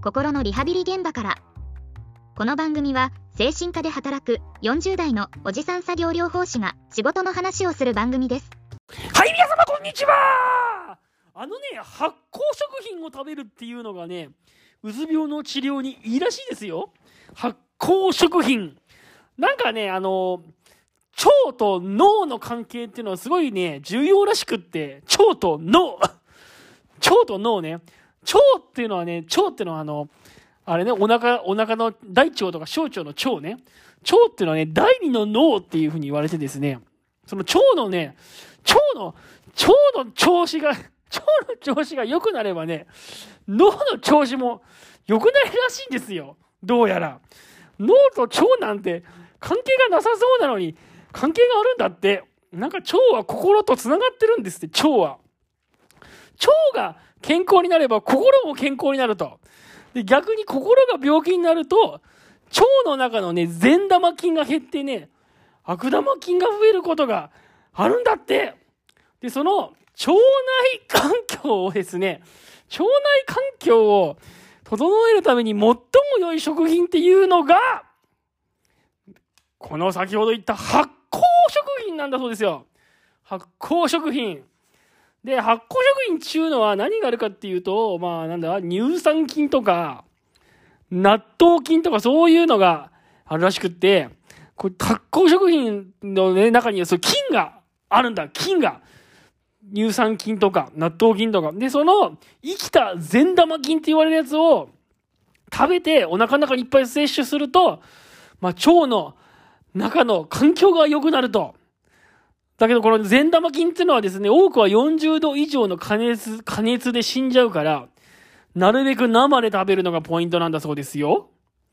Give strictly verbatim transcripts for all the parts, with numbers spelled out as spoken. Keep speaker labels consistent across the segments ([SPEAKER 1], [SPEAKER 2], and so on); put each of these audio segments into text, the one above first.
[SPEAKER 1] 心のリハビリ現場から。この番組は精神科で働くよんじゅう代のおじさん作業療法士が仕事の話をする番組です。
[SPEAKER 2] はい、皆様こんにちは。あのね、発酵食品を食べるっていうのがね、うつ病の治療にいいらしいですよ。発酵食品。なんかね、あの腸と脳の関係っていうのはすごいね、重要らしくって、腸と脳腸と脳ね。腸っていうのはね、腸っていうのはあのあれね、お腹、お腹の大腸とか小腸の腸ね。腸っていうのはね、第二の脳っていうふうに言われてですね、その腸のね、腸の、腸の調子が、腸の調子が良くなればね、脳の調子も良くなるらしいんですよ。どうやら。脳と腸なんて関係がなさそうなのに、関係があるんだって。なんか腸は心とつながってるんですって、腸は。腸が健康になれば心も健康になると。で、逆に心が病気になると、腸の中のね、善玉菌が減ってね、悪玉菌が増えることがあるんだって。で、その腸内環境をですね、腸内環境を整えるために最も良い食品っていうのが、この先ほど言った発酵食品なんだそうですよ。発酵食品。で、発酵食品っていうのは何があるかっていうと、まあなんだ、乳酸菌とか、納豆菌とかそういうのがあるらしくって、これ発酵食品のね、中にはそう菌があるんだ、菌が。乳酸菌とか、納豆菌とか。で、その生きた善玉菌って言われるやつを食べてお腹の中にいっぱい摂取すると、まあ腸の中の環境が良くなると。だけどこの善玉菌っていうのはですね、多くはよんじゅうど以上の加熱、加熱で死んじゃうから、なるべく生で食べるのがポイントなんだそうですよ。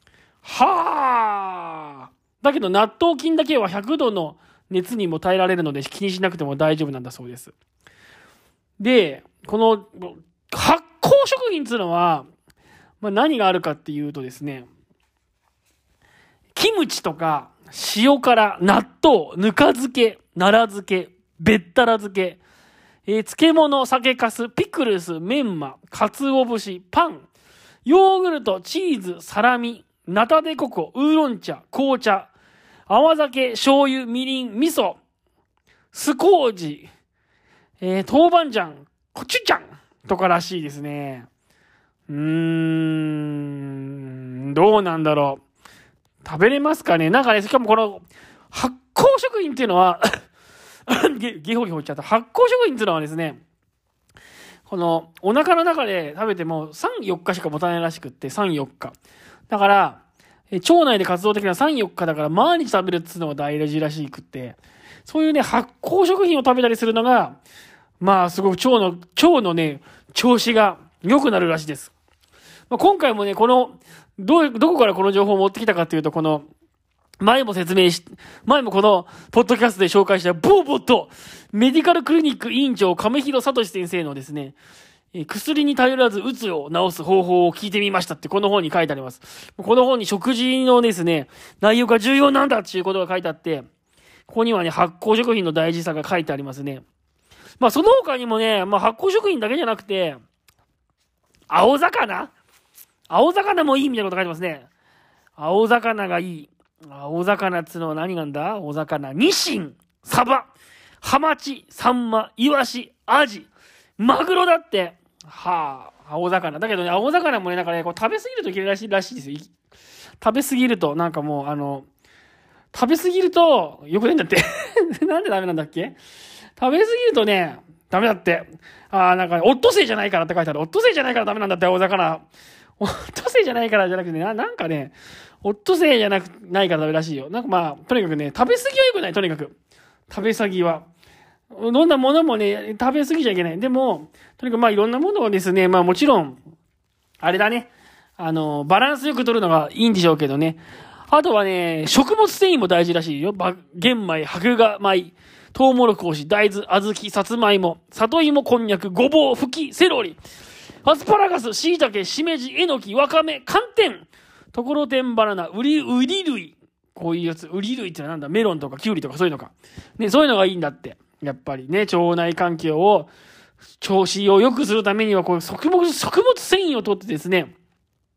[SPEAKER 2] はあ。だけど納豆菌だけはひゃくどの熱にも耐えられるので気にしなくても大丈夫なんだそうです。で、この発酵食品っていうのは、まあ、何があるかっていうとですね、キムチとか塩辛、納豆、ぬか漬け、奈良漬け、べったら漬け、えー、漬物、酒粕、ピクルス、メンマ、鰹節、パン、ヨーグルト、チーズ、サラミ、ナタデココ、ウーロン茶、紅茶、甘酒、醤油、みりん、味噌、酢麹、えー、豆板醤、コチュジャンとからしいですね。うーん、どうなんだろう。食べれますかね。なんかね、しかもこの発酵食品っていうのはゲゲホゲホ言っちゃった。発酵食品っていうのはですね、このお腹の中で食べてもさん、よっかしか持たないらしくって、さん、よっか。だから、腸内で活動的なさん、よっかだから毎日食べるっていうのが大事らしくって、そういうね、発酵食品を食べたりするのが、まあすごく腸の、腸のね、調子が良くなるらしいです。まあ、今回もね、この、どう、どこからこの情報を持ってきたかっていうと、この、前も説明し、前もこの、ポッドキャストで紹介した、ボーボット、メディカルクリニック委員長、亀広聡先生のですね、薬に頼らず、うつを治す方法を聞いてみましたって、この本に書いてあります。この本に食事のですね、内容が重要なんだっていうことが書いてあって、ここにはね、発酵食品の大事さが書いてありますね。まあ、その他にもね、まあ、発酵食品だけじゃなくて、青魚青魚もいいみたいなこと書いてますね。青魚がいい。青魚っつうのは何なんだ？青魚。ニシン、サバ、ハマチ、サンマ、イワシ、アジ、マグロだって。はあ、青魚。だけどね、青魚もね、なんかね、こう食べ過ぎるといけないらしいらしいですよ。食べ過ぎると、なんかもう、あの、食べ過ぎると、よくないんだって。なんでダメなんだっけ？食べ過ぎるとね、ダメだって。ああ、なんか、ね、オットセイじゃないからって書いてある。オットセイじゃないからダメなんだって、青魚。オットセイじゃないからじゃなくてね、な、なんかね、オットセイじゃなく、ないからダメらしいよ。なんかまあ、とにかくね、食べ過ぎは良くない、とにかく。食べ過ぎは。どんなものもね、食べ過ぎちゃいけない。でも、とにかくまあいろんなものをですね、まあもちろん、あれだね、あの、バランスよく取るのがいいんでしょうけどね。あとはね、食物繊維も大事らしいよ。玄米、白芽米、トウモロコシ、大豆、小豆、さつまいも、里芋、こんにゃく、ごぼう、ふき、セロリ、アスパラガス、椎茸、しめじ、えのき、わかめ、寒天、ところてんバナナ、ウリ、ウリ類。こういうやつ、ウリ類ってのはなんだ、メロンとかキュウリとかそういうのか。ね、そういうのがいいんだって。やっぱりね、腸内環境を、調子を良くするためには、こう、食物、食物繊維をとってですね、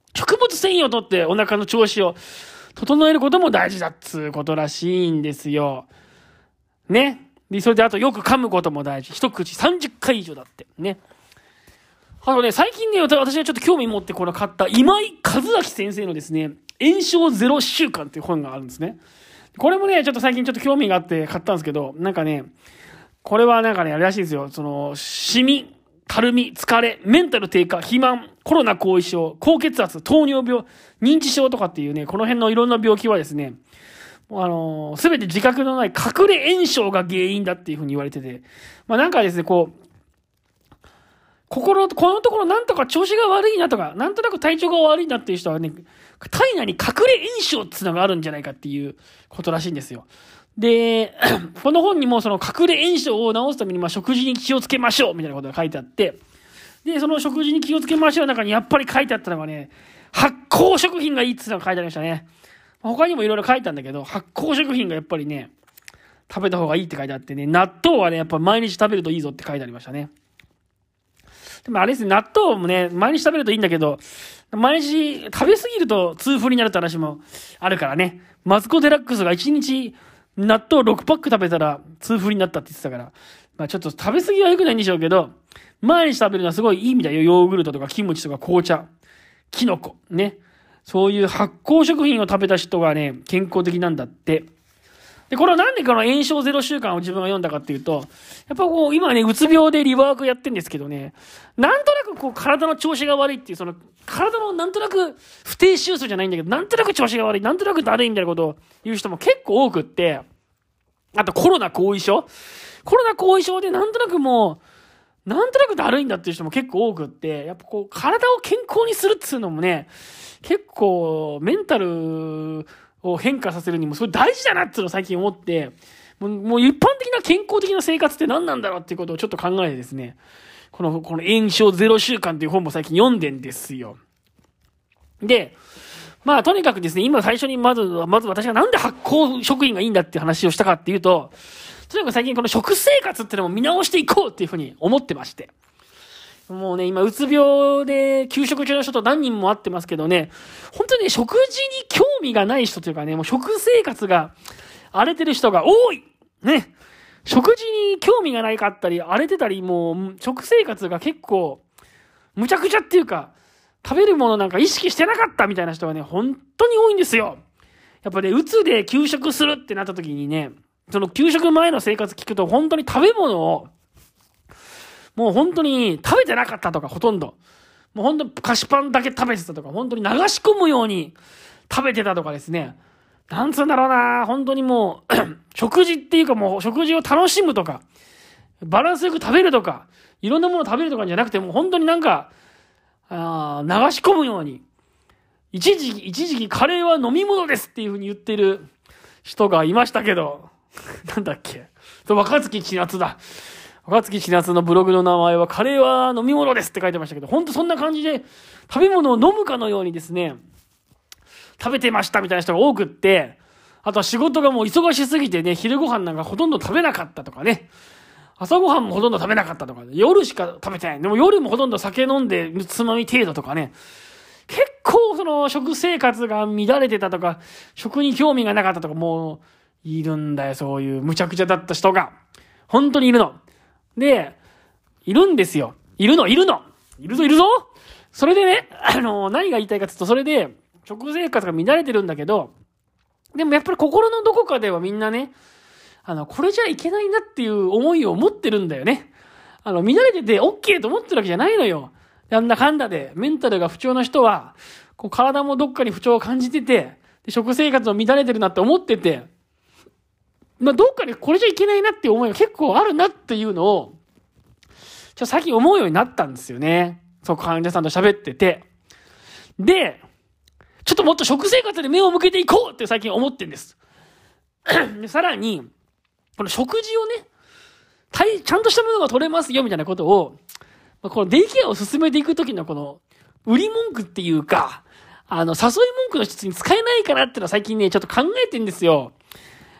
[SPEAKER 2] 食物繊維をとってお腹の調子を整えることも大事だっつうことらしいんですよ。ね。で、それであとよく噛むことも大事。一口さんじゅっかい以上だって。ね。あのね、最近ね、私がちょっと興味持ってこれ買った今井和明先生のですね、炎症ゼロ週間っていう本があるんですね。これもね、ちょっと最近ちょっと興味があって買ったんですけど、なんかね、これはなんかね、あれらしいですよ。その、シミ、たるみ、疲れ、メンタル低下、肥満、コロナ後遺症、高血圧、糖尿病、認知症とかっていうね、この辺のいろんな病気はですね、あのすべて自覚のない隠れ炎症が原因だっていうふうに言われてて、まあなんかですね、こう、心、このところなんとか調子が悪いなとか、なんとなく体調が悪いなっていう人はね、体内に隠れ炎症っていうのがあるんじゃないかっていうことらしいんですよ。で、この本にもその隠れ炎症を治すためにまあ食事に気をつけましょうみたいなことが書いてあって、で、その食事に気をつけましょうの中にやっぱり書いてあったのがね、発酵食品がいいっていうのが書いてありましたね。他にもいろいろ書いたんだけど、発酵食品がやっぱりね、食べた方がいいって書いてあってね、納豆はね、やっぱ毎日食べるといいぞって書いてありましたね。でもあれですね、納豆もね、毎日食べるといいんだけど、毎日食べ過ぎると痛風になるって話もあるからね。マツコ・デラックスがいちにち納豆ろくパック食べたら痛風になったって言ってたから、まあちょっと食べ過ぎは良くないんでしょうけど、毎日食べるのはすごいいいみたいよ。ヨーグルトとかキムチとか紅茶、キノコ、ね。そういう発酵食品を食べた人がね、健康的なんだって。で、これはなんでこの炎症ゼロ週間を自分が読んだかっていうと、やっぱこう、今ね、うつ病でリワークやってんですけどね、なんとなくこう、体の調子が悪いっていう、その、体のなんとなく不定収束じゃないんだけど、なんとなく調子が悪い、なんとなくだるいみたいなことを言う人も結構多くって、あとコロナ後遺症コロナ後遺症でなんとなくもう、なんとなくだるいんだっていう人も結構多くって、やっぱこう、体を健康にするっていうのもね、結構、メンタルを変化させるにもそれ大事だなっていうのを最近思って、もう、もう一般的な健康的な生活って何なんだろうっていうことをちょっと考えてですね、この、この炎症ゼロ週間っていう本も最近読んでんですよ。で、まあとにかくですね、今最初にまず、まず私がなんで発酵食品がいいんだっていう話をしたかっていうと、とにかく最近この食生活っていうのも見直していこうっていうふうに思ってまして。もうね、今、うつ病で休職中の人と何人も会ってますけどね、本当にね、食事に興味がない人というかね、もう食生活が荒れてる人が多いね。食事に興味がないかったり、荒れてたり、もう、食生活が結構、むちゃくちゃっていうか、食べるものなんか意識してなかったみたいな人がね、本当に多いんですよ。やっぱね、うつで休職するってなった時にね、その休職前の生活聞くと本当に食べ物を、もう本当に食べてなかったとか、ほとんど。もう本当に菓子パンだけ食べてたとか、本当に流し込むように食べてたとかですね。なんつうんだろうな、本当にもう、食事っていうかもう食事を楽しむとか、バランスよく食べるとか、いろんなものを食べるとかじゃなくて、もう本当になんか、あ流し込むように、一時期、一時期カレーは飲み物ですっていう風に言ってる人がいましたけど、なんだっけ、若月千夏だ。若月千夏のブログの名前はカレーは飲み物ですって書いてましたけど、ほんとそんな感じで食べ物を飲むかのようにですね、食べてましたみたいな人が多くって、あとは仕事がもう忙しすぎてね、昼ご飯なんかほとんど食べなかったとかね、朝ご飯もほとんど食べなかったとか、夜しか食べてない。でも夜もほとんど酒飲んでつまみ程度とかね、結構その食生活が乱れてたとか、食に興味がなかったとか、もういるんだよ、そういうむちゃくちゃだった人が。本当にいるの。で、いるんですよ。いるの、いるの。いるぞ、いるぞ。それでね、あの、何が言いたいかって言うと、それで、食生活が乱れてるんだけど、でもやっぱり心のどこかではみんなね、あの、これじゃいけないなっていう思いを持ってるんだよね。あの、乱れてて OK と思ってるわけじゃないのよ。なんだかんだで、メンタルが不調な人は、こう体もどっかに不調を感じてて、で食生活も乱れてるなって思ってて、まあ、どっかにこれじゃいけないなっていう思いが結構あるなっていうのを、ちょっと最近思うようになったんですよね。そう、患者さんと喋ってて。で、ちょっともっと食生活で目を向けていこうって最近思ってるんです。でさらに、この食事をね、ちゃんとしたものが取れますよみたいなことを、このデイケアを進めていくときのこの、売り文句っていうか、あの、誘い文句の一つに使えないかなっていうのは最近ね、ちょっと考えてんですよ。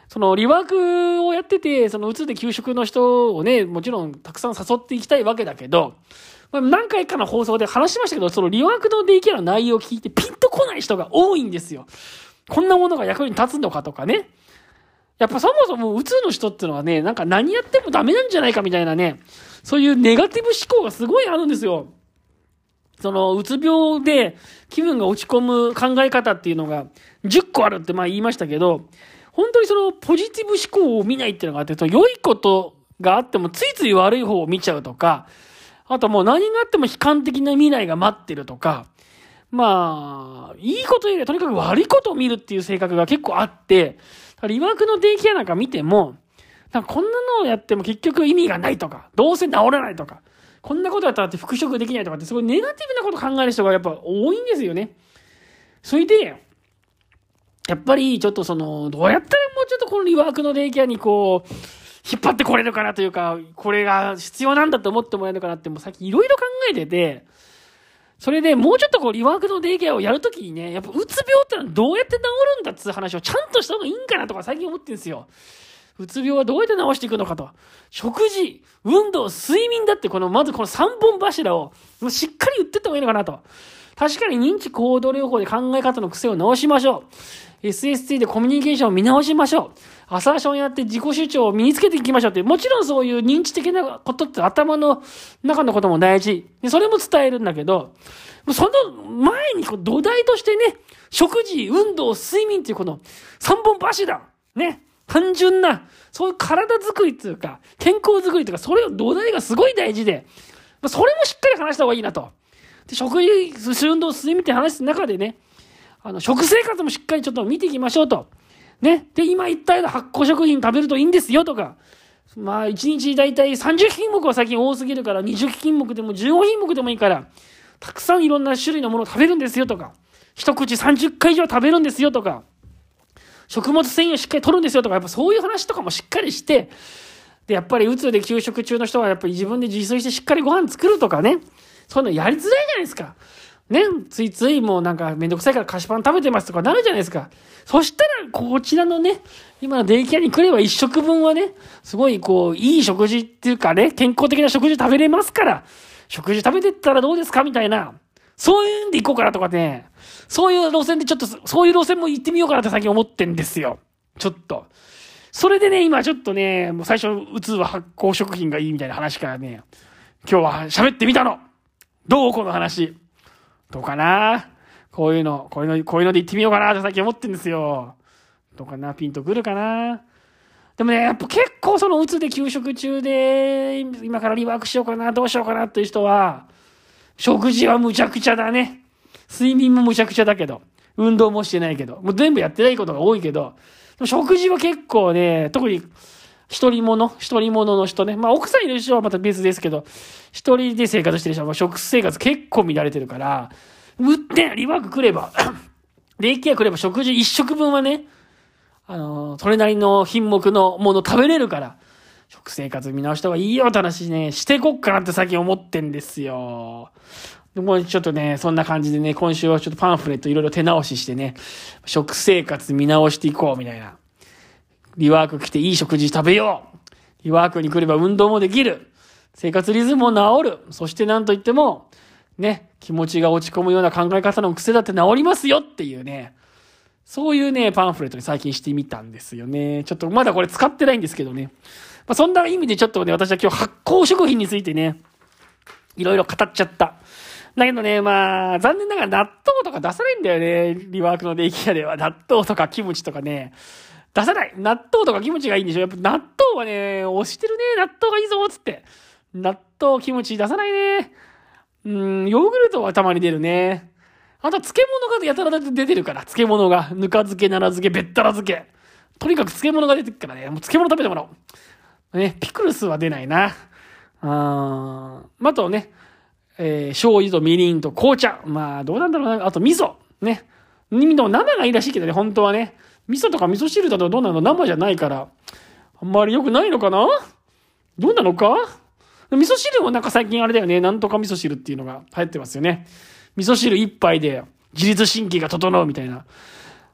[SPEAKER 2] そのリワークをやってて、そのうつで休職の人をね、もちろんたくさん誘っていきたいわけだけど、まあ、何回かの放送で話しましたけど、そのリワークのデイケアの内容を聞いてピンとこない人が多いんですよ。こんなものが役に立つのかとかね。やっぱそもそもうつの人っていうのはね、なんか何やってもダメなんじゃないかみたいなね、そういうネガティブ思考がすごいあるんですよ。そのうつ病で気分が落ち込む考え方っていうのがじゅっこあるってまあ言いましたけど、本当にそのポジティブ思考を見ないっていうのがあって、その良いことがあってもついつい悪い方を見ちゃうとか、あともう何があっても悲観的な未来が待ってるとか、まあ、いいことよりはとにかく悪いことを見るっていう性格が結構あって、リワークのデイケアなんか見ても、なんかこんなのをやっても結局意味がないとか、どうせ治らないとか、こんなことやったらって復職できないとかってすごいネガティブなこと考える人がやっぱ多いんですよね。それで、やっぱりちょっとその、どうやったらもうちょっとこのリワークのデイケアにこう、引っ張ってこれるかなというか、これが必要なんだと思ってもらえるかなってもう最近いろいろ考えてて、それでもうちょっとこうリワークのデイケアをやるときにね、やっぱうつ病ってのはどうやって治るんだっていう話をちゃんとした方がいいんかなとか最近思ってるんですよ。うつ病はどうやって治していくのかと。食事、運動、睡眠だってこの、まずこのさんぼん柱をしっかり言ってった方がいいのかなと。確かに認知行動療法で考え方の癖を直しましょう。エスエスティー でコミュニケーションを見直しましょう。アサーションやって自己主張を身につけていきましょうって。もちろんそういう認知的なことって頭の中のことも大事。で、それも伝えるんだけど、その前にこう土台としてね、食事、運動、睡眠っていうこのさんぼん柱。ね。単純な、そういう体づくりっていうか、健康づくりというか、それを土台がすごい大事で、それもしっかり話した方がいいなと。で、食事、運動、睡眠って話す中でね、あの、食生活もしっかりちょっと見ていきましょうと。ね。で、今言ったような発酵食品食べるといいんですよとか、まあ、いちにちだいたいさんじゅっきんもくは最近多すぎるから、にじゅっきんもくでもじゅうごひんもくでもいいから、たくさんいろんな種類のものを食べるんですよとか、一口さんじゅっかい以上食べるんですよとか、食物繊維をしっかり取るんですよとか、やっぱそういう話とかもしっかりして、で、やっぱりうつで休職中の人はやっぱり自分で自炊してしっかりご飯作るとかね、そういうのやりづらいじゃないですか。ね、ついついもうなんかめんどくさいから菓子パン食べてますとかなるじゃないですか。そしたらこちらのね、今のデイケアに来れば一食分はね、すごいこう、いい食事っていうかね、健康的な食事食べれますから、食事食べてったらどうですかみたいな、そういうんで行こうかなとかね、そういう路線でちょっと、そういう路線も行ってみようかなって最近思ってんですよ。ちょっと。それでね、今ちょっとね、もう最初、うつは発酵食品がいいみたいな話からね、今日は喋ってみたの。どうこの話。どうかなこういうの、こういうの、こういうので行ってみようかなって最近思ってんですよ。どうかなピンとくるかなでもね、やっぱ結構そのうつで休職中で、今からリワークしようかな、どうしようかなっていう人は、食事はむちゃくちゃだね。睡眠もむちゃくちゃだけど、運動もしてないけど、もう全部やってないことが多いけど、でも食事は結構ね、特に一人者、一人者の人ね、まあ奥さんいる人はまた別ですけど、一人で生活してる人は食生活結構乱れてるから、うってリワーク来れば、デイケア来れば食事一食分はね、あの、それなりの品目のもの食べれるから、食生活見直した方がいいよって話ね、していこっかなって最近思ってんですよ。でもうちょっとね、そんな感じでね、今週はちょっとパンフレットいろいろ手直ししてね、食生活見直していこうみたいな。リワーク来ていい食事食べよう。リワークに来れば運動もできる。生活リズムも治る。そしてなんといっても、ね、気持ちが落ち込むような考え方の癖だって治りますよっていうね、そういうね、パンフレットに最近してみたんですよね。ちょっとまだこれ使ってないんですけどね。まあ、そんな意味でちょっとね、私は今日発酵食品についてね、いろいろ語っちゃった。だけどね、まあ、残念ながら納豆とか出さないんだよね。リワークのデイケアでは納豆とかキムチとかね、出さない。納豆とかキムチがいいんでしょ。やっぱ納豆はね、推してるね。納豆がいいぞつって。納豆、キムチ出さないね。うーん、ヨーグルトはたまに出るね。あとは漬物がやたら出てるから。漬物が。ぬか漬け、奈良漬け、べったら漬け。とにかく漬物が出てるからね。もう漬物食べてもらおう。ね、ピクルスは出ないな。あー、あとね、えー、醤油とみりんと紅茶。まあ、どうなんだろうな。あと味噌。ね。生がいいらしいけどね、本当はね。味噌とか味噌汁だとどうなの？生じゃないから。あんまり良くないのかな？どうなのか？味噌汁もなんか最近あれだよね。なんとか味噌汁っていうのが流行ってますよね。味噌汁一杯で自律神経が整うみたいな。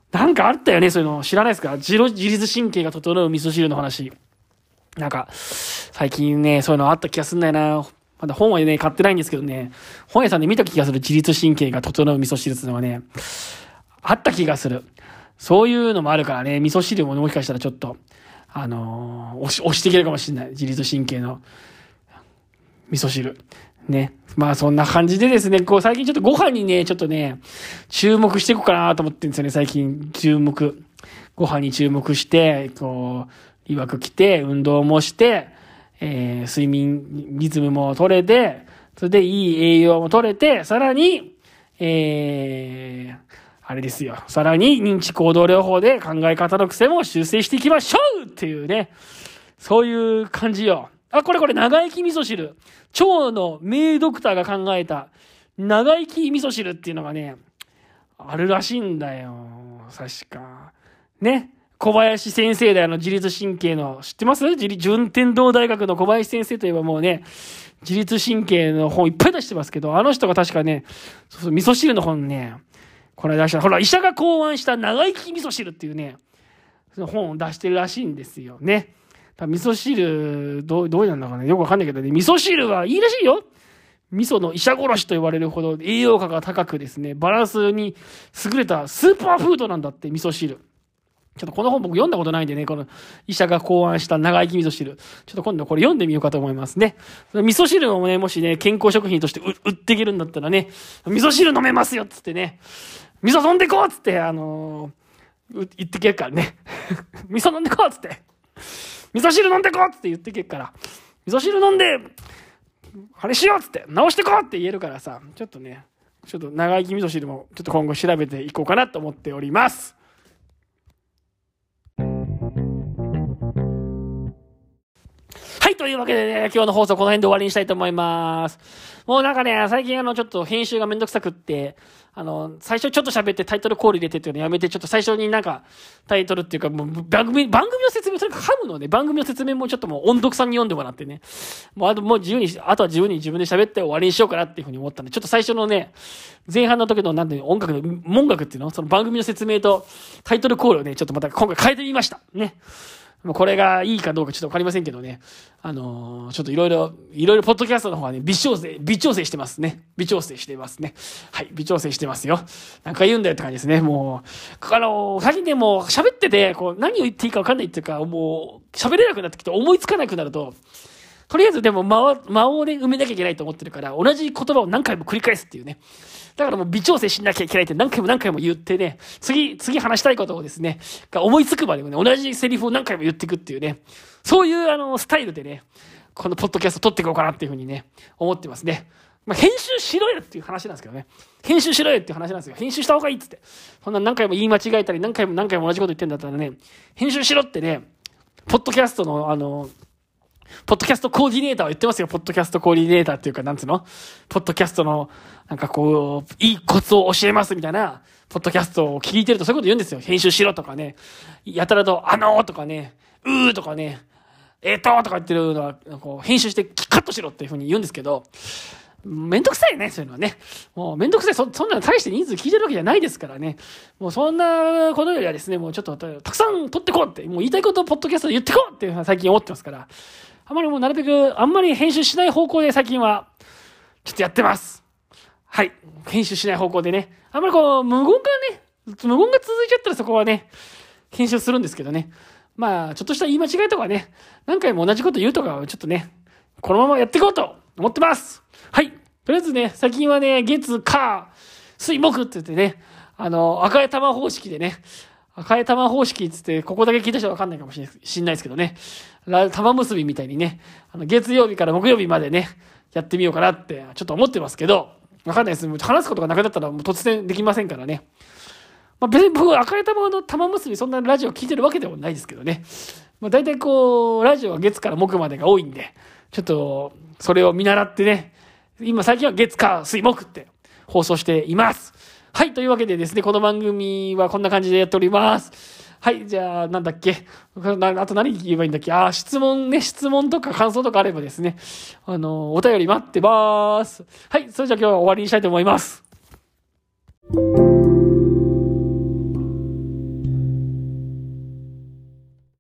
[SPEAKER 2] なんかあったよね、そういうの。知らないですか？自自律神経が整う味噌汁の話。なんか、最近ね、そういうのあった気がすんだよな。まだ本はね、買ってないんですけどね、本屋さんで見た気がする。自律神経が整う味噌汁っていうのはね、あった気がする。そういうのもあるからね、味噌汁ももしかしたらちょっと、あのー、押し、押していけるかもしれない。自律神経の味噌汁。ね。まあそんな感じでですね、こう最近ちょっとご飯にね、ちょっとね、注目していこうかなと思ってるんですよね、最近。注目。ご飯に注目して、こう、いわく来て、運動もして、えー、睡眠リズムも取れて、それでいい栄養も取れて、さらに、えー、あれですよ。さらに認知行動療法で考え方の癖も修正していきましょうっていうね。そういう感じよ。あ、これこれ長生き味噌汁。腸の名ドクターが考えた長生き味噌汁っていうのがね、あるらしいんだよ。確か。ね。小林先生だよ、あの自律神経の。知ってます？自律、順天堂大学の小林先生といえばもうね、自律神経の本いっぱい出してますけど、あの人が確かね、そうそう味噌汁の本ね、これ出した、ほら、医者が考案した長生き味噌汁っていうね、その本を出してるらしいんですよね。味噌汁、どう、どうなんだかね、よくわかんないけどね、味噌汁はいいらしいよ。味噌の医者殺しと言われるほど栄養価が高くですね、バランスに優れたスーパーフードなんだって、味噌汁。ちょっとこの本僕読んだことないんでね、この医者が考案した長生き味噌汁。ちょっと今度これ読んでみようかと思いますね。味噌汁をね、もしね、健康食品として売っていけるんだったらね、味噌汁飲めますよっつってね、味噌飲んでこうっつって、あのー、言ってけるからね。味噌飲んでこうっつって。味噌汁飲んでこうっつって言ってけるから。味噌汁飲んで、あれしようっつって、直してこうって言えるからさ、ちょっとね、ちょっと長生き味噌汁もちょっと今後調べていこうかなと思っております。はい、というわけでね、今日の放送この辺で終わりにしたいと思います。もうなんかね、最近あの、ちょっと編集がめんどくさくって、あの、最初ちょっと喋ってタイトルコール入れてっていうのやめて、ちょっと最初になんか、タイトルっていうか、もう番組、番組の説明、それか噛むので、番組の説明もちょっともう音読さんに読んでもらってね、もうあともう自由に、あとは自由に自分で喋って終わりにしようかなっていうふうに思ったんで、ちょっと最初のね、前半の時のなんていう音楽の、文楽っていうのその番組の説明とタイトルコールをね、ちょっとまた今回変えてみました。ね。もうこれがいいかどうかちょっとわかりませんけどね。あのー、ちょっといろいろ、いろいろポッドキャストの方はね、微調整、微調整してますね。微調整してますね。はい、微調整してますよ。なんか言うんだよって感じですね。もう、あのー、最近でも喋ってて、こう、何を言っていいかわかんないっていうか、もう、喋れなくなってきて思いつかなくなると、とりあえずでも間を、間をね、埋めなきゃいけないと思ってるから、同じ言葉を何回も繰り返すっていうね。だからもう微調整しなきゃいけないって何回も何回も言ってね、次、次話したいことをですね、が思いつくまでもね、同じセリフを何回も言っていくっていうね、そういうあの、スタイルでね、このポッドキャスト撮っていこうかなっていうふうにね、思ってますね。まあ、編集しろよっていう話なんですけどね。編集しろよっていう話なんですよ。編集した方がいいっつって。そんな何回も言い間違えたり、何回も何回も同じこと言ってんだったらね、編集しろってね、ポッドキャストのあの、ポッドキャストコーディネーターは言ってますよ。ポッドキャストコーディネーターっていうか、なんつうのポッドキャストの、なんかこう、いいコツを教えますみたいな、ポッドキャストを聞いてるとそういうこと言うんですよ。編集しろとかね。やたらと、あのーとかね、うーとかね、えーとーとか言ってるのは、こう、編集してカットしろっていうふうに言うんですけど、めんどくさいね、そういうのはね。もうめんどくさい。そ、そんなの大して人数聞いてるわけじゃないですからね。もうそんなことよりはですね、もうちょっとたくさん撮ってこうって、もう言いたいことをポッドキャストで言ってこうっていうのは最近思ってますから。あまりもうなるべく、あんまり編集しない方向で最近は、ちょっとやってます。はい。編集しない方向でね。あんまりこう、無言がね、無言が続いちゃったらそこはね、編集するんですけどね。まあ、ちょっとした言い間違いとかね、何回も同じこと言うとかはちょっとね、このままやっていこうと思ってます。はい。とりあえずね、最近はね、月、火、水、木って言ってね、あの、赤い玉方式でね、赤い玉方式って言って、ここだけ聞いた人はわかんないかもしれないですけどね。玉結びみたいにね、あの月曜日から木曜日までね、やってみようかなってちょっと思ってますけど、わかんないです。話すことがなくなったらもう突然できませんからね。まあ別に僕は赤い玉の玉結びそんなラジオ聞いてるわけでもないですけどね。まあ大体こう、ラジオは月から木までが多いんで、ちょっとそれを見習ってね、今最近は月火水木って放送しています。はい、というわけでですね、この番組はこんな感じでやっております。はい、じゃあ、なんだっけ。あと何言えばいいんだっけ。あ、質問ね、質問とか感想とかあればですね、あの、お便り待ってまーす。はい、それじゃあ今日は終わりにしたいと思います。